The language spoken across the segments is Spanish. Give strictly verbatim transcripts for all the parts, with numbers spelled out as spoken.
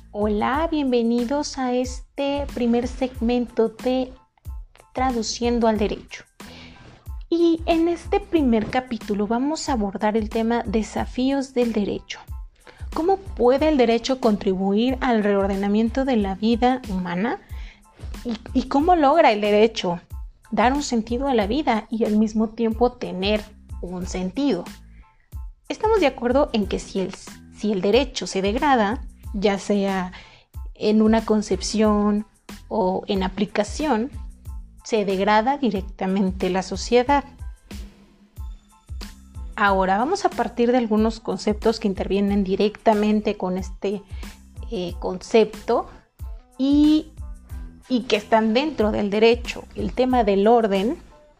Hola, bienvenidos a este primer segmento de Traduciendo al Derecho. Y en este primer capítulo vamos a abordar el tema desafíos del derecho. ¿Cómo puede el derecho contribuir al reordenamiento de la vida humana? ¿Y, y cómo logra el derecho dar un sentido a la vida y al mismo tiempo tener un sentido? Estamos de acuerdo en que si el, si el derecho se degrada, ya sea en una concepción o en aplicación, se degrada directamente la sociedad. Ahora vamos a partir de algunos conceptos que intervienen directamente con este eh, concepto y, y que están dentro del derecho. El tema del orden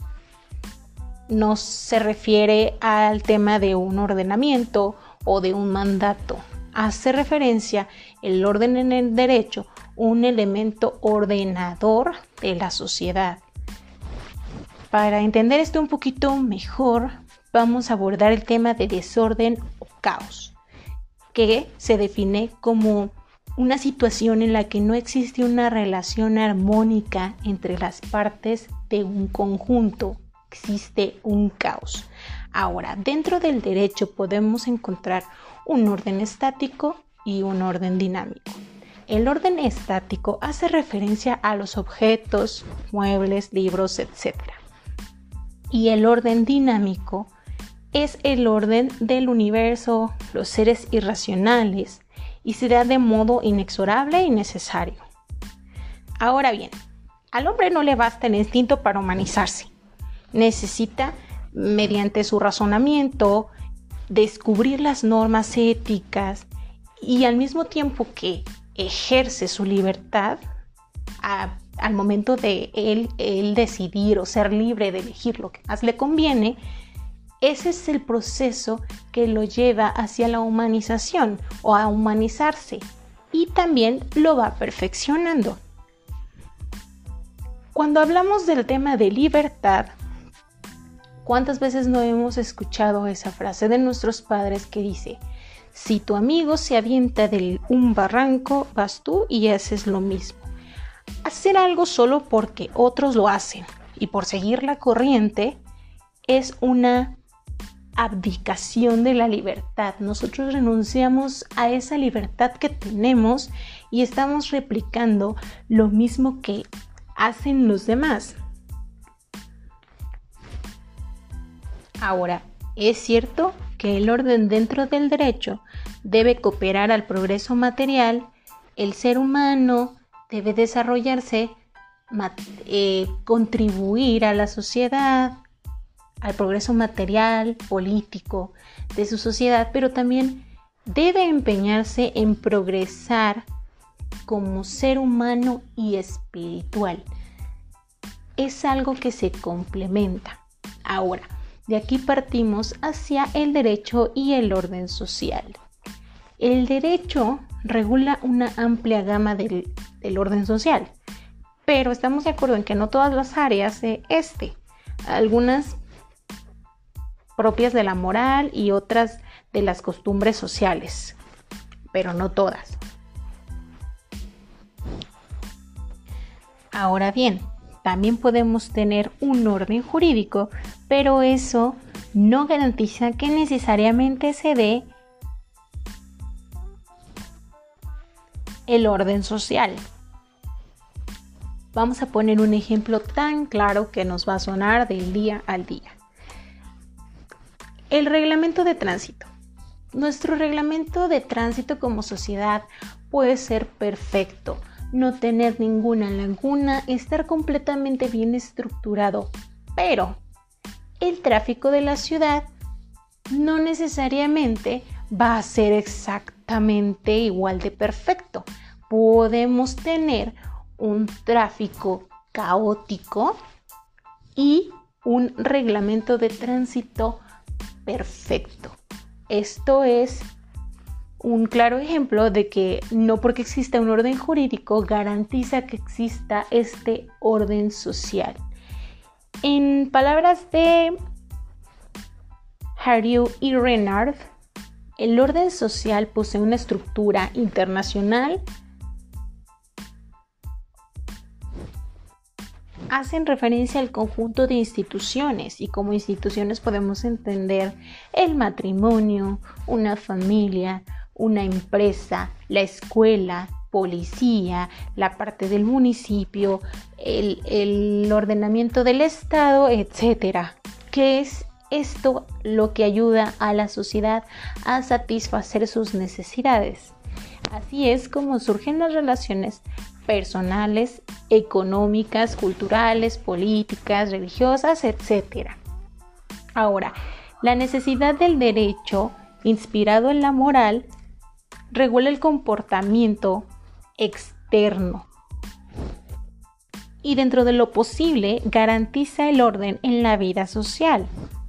no se refiere al tema de un ordenamiento o de un mandato. Hace referencia el orden en el derecho, un elemento ordenador de la sociedad. Para entender esto un poquito mejor, vamos a abordar el tema de desorden o caos, que se define como una situación en la que no existe una relación armónica entre las partes de un conjunto. Existe un caos. Ahora, dentro del derecho podemos encontrar un orden estático y un orden dinámico. El orden estático hace referencia a los objetos, muebles, libros, etcétera. Y el orden dinámico es el orden del universo, los seres irracionales, y se da de modo inexorable y necesario. Ahora bien, al hombre no le basta el instinto para humanizarse. Necesita, mediante su razonamiento, descubrir las normas éticas y al mismo tiempo que ejerce su libertad, a, al momento de él, él decidir o ser libre de elegir lo que más le conviene, ese es el proceso que lo lleva hacia la humanización o a humanizarse y también lo va perfeccionando. Cuando hablamos del tema de libertad, ¿cuántas veces no hemos escuchado esa frase de nuestros padres que dice: si tu amigo se avienta de un barranco, vas tú y haces lo mismo? Hacer algo solo porque otros lo hacen y por seguir la corriente es una abdicación de la libertad. Nosotros renunciamos a esa libertad que tenemos y estamos replicando lo mismo que hacen los demás. Ahora, es cierto que el orden dentro del derecho debe cooperar al progreso material. El ser humano debe desarrollarse, eh, contribuir a la sociedad, al progreso material, político de su sociedad, pero también debe empeñarse en progresar como ser humano y espiritual. Es algo que se complementa. Ahora, de aquí partimos hacia el derecho y el orden social. El derecho regula una amplia gama del, del orden social, pero estamos de acuerdo en que no todas las áreas de este, algunas propias de la moral y otras de las costumbres sociales, pero no todas. Ahora bien, también podemos tener un orden jurídico, pero eso no garantiza que necesariamente se dé el orden social. Vamos a poner un ejemplo tan claro que nos va a sonar del día al día. El reglamento de tránsito. Nuestro reglamento de tránsito como sociedad puede ser perfecto, no tener ninguna laguna, estar completamente bien estructurado, pero el tráfico de la ciudad no necesariamente va a ser exactamente igual de perfecto. Podemos tener un tráfico caótico y un reglamento de tránsito perfecto. Esto es un claro ejemplo de que no porque exista un orden jurídico garantiza que exista este orden social. En palabras de Hariu y Renard, el orden social posee una estructura internacional. Hacen referencia al conjunto de instituciones, y como instituciones podemos entender el matrimonio, una familia, una empresa, la escuela, policía, la parte del municipio, el, el ordenamiento del estado, etcétera. ¿Qué es esto? Lo que ayuda a la sociedad a satisfacer sus necesidades. Así es como surgen las relaciones personales, económicas, culturales, políticas, religiosas, etcétera. Ahora, la necesidad del derecho, inspirado en la moral, regula el comportamiento externo y, dentro de lo posible, garantiza el orden en la vida social.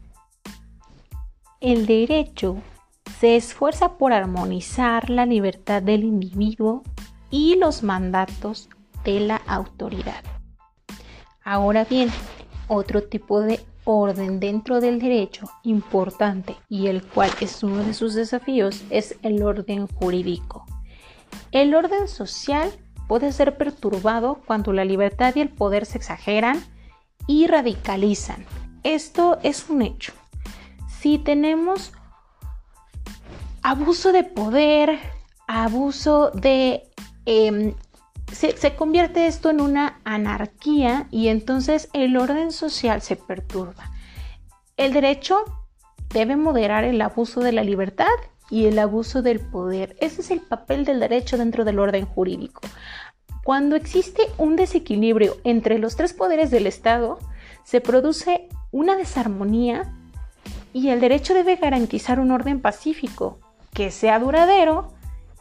El derecho se esfuerza por armonizar la libertad del individuo y los mandatos de la autoridad. Ahora bien, otro tipo de orden dentro del derecho importante, y el cual es uno de sus desafíos, es el orden jurídico. El orden social puede ser perturbado cuando la libertad y el poder se exageran y radicalizan. Esto es un hecho. Si tenemos abuso de poder, abuso de... Eh, se, se convierte esto en una anarquía, y entonces el orden social se perturba. El derecho debe moderar el abuso de la libertad y el abuso del poder. Ese es el papel del derecho dentro del orden jurídico. Cuando existe un desequilibrio entre los tres poderes del Estado, se produce una desarmonía, y el derecho debe garantizar un orden pacífico, que sea duradero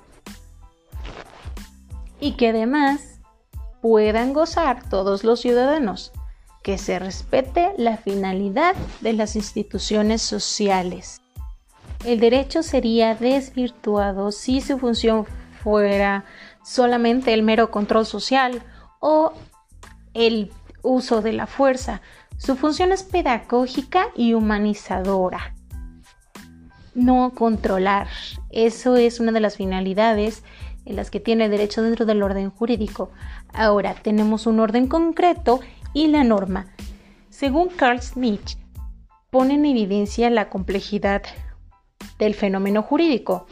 y que además puedan gozar todos los ciudadanos, que se respete la finalidad de las instituciones sociales. El derecho sería desvirtuado si su función fuera solamente el mero control social o el uso de la fuerza. Su función es pedagógica y humanizadora, no controlar. Eso es una de las finalidades en las que tiene el derecho dentro del orden jurídico. Ahora tenemos un orden concreto y la norma. Según Carl Schmitt, pone en evidencia la complejidad del fenómeno jurídico.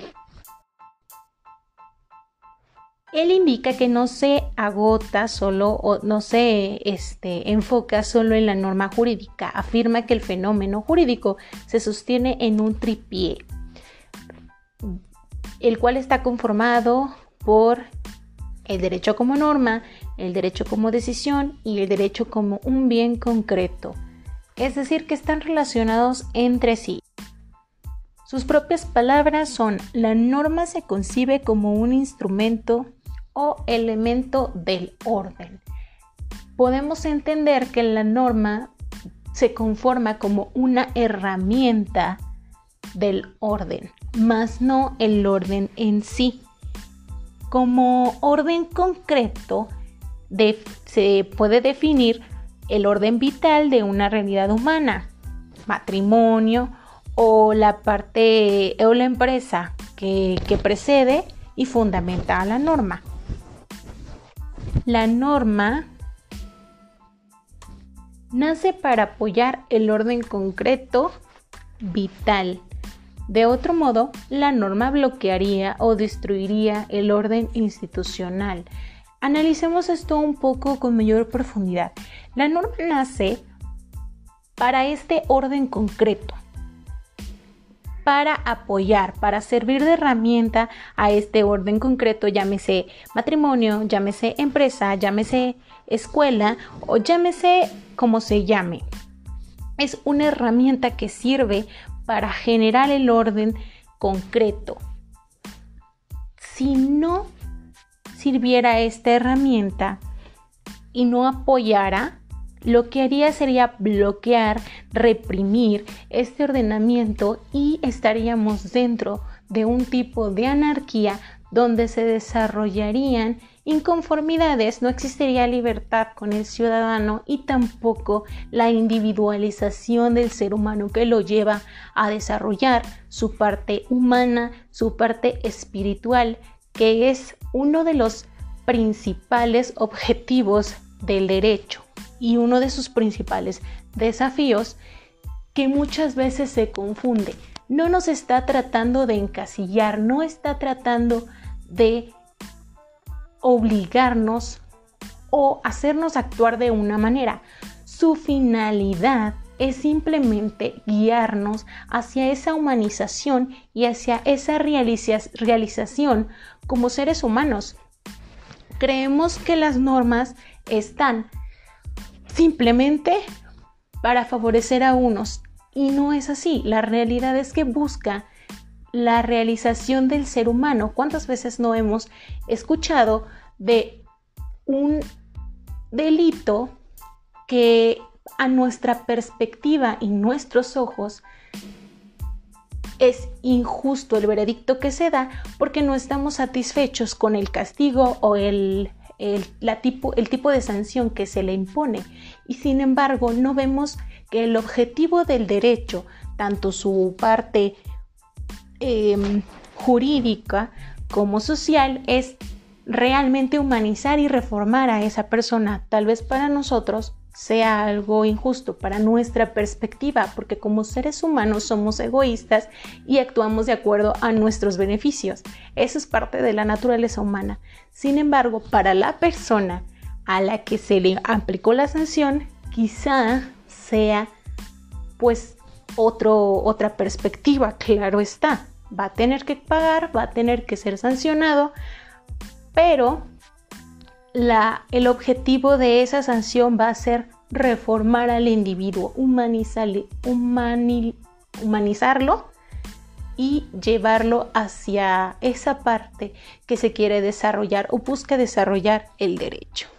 Él indica que no se agota solo o no se este, enfoca solo en la norma jurídica. Afirma que el fenómeno jurídico se sostiene en un tripié, el cual está conformado por el derecho como norma, el derecho como decisión y el derecho como un bien concreto. Es decir, que están relacionados entre sí. Sus propias palabras son: la norma se concibe como un instrumento o elemento del orden. Podemos entender que la norma se conforma como una herramienta del orden, más no el orden en sí. Como orden concreto, de, se puede definir el orden vital de una realidad humana, matrimonio o la parte o la empresa que, que precede y fundamenta a la norma. La norma nace para apoyar el orden concreto vital. De otro modo, la norma bloquearía o destruiría el orden institucional. Analicemos esto un poco con mayor profundidad. La norma nace para este orden concreto, para apoyar, para servir de herramienta a este orden concreto, llámese matrimonio, llámese empresa, llámese escuela o llámese como se llame. Es una herramienta que sirve para generar el orden concreto. Si no sirviera esta herramienta y no apoyara, lo que haría sería bloquear, reprimir este ordenamiento y estaríamos dentro de un tipo de anarquía donde se desarrollarían inconformidades, no existiría libertad con el ciudadano y tampoco la individualización del ser humano que lo lleva a desarrollar su parte humana, su parte espiritual, que es uno de los principales objetivos del derecho y uno de sus principales desafíos, que muchas veces se confunde. No nos está tratando de encasillar, no está tratando de obligarnos o hacernos actuar de una manera. Su finalidad es simplemente guiarnos hacia esa humanización y hacia esa realiza- realización como seres humanos. Creemos que las normas están simplemente para favorecer a unos y no es así. La realidad es que busca la realización del ser humano. ¿Cuántas veces no hemos escuchado de un delito que a nuestra perspectiva y nuestros ojos es injusto el veredicto que se da porque no estamos satisfechos con el castigo o el, el, la tipo, el tipo de sanción que se le impone? Y sin embargo no vemos que el objetivo del derecho, tanto su parte eh, jurídica como social, es realmente humanizar y reformar a esa persona. Tal vez para nosotros sea algo injusto, para nuestra perspectiva, porque como seres humanos somos egoístas y actuamos de acuerdo a nuestros beneficios. Eso es parte de la naturaleza humana. Sin embargo, para la persona a la que se le aplicó la sanción, quizá sea pues otro, otra perspectiva. Claro está, va a tener que pagar, va a tener que ser sancionado, pero la, el objetivo de esa sanción va a ser reformar al individuo, humanizarle, humani, humanizarlo y llevarlo hacia esa parte que se quiere desarrollar o busca desarrollar el derecho.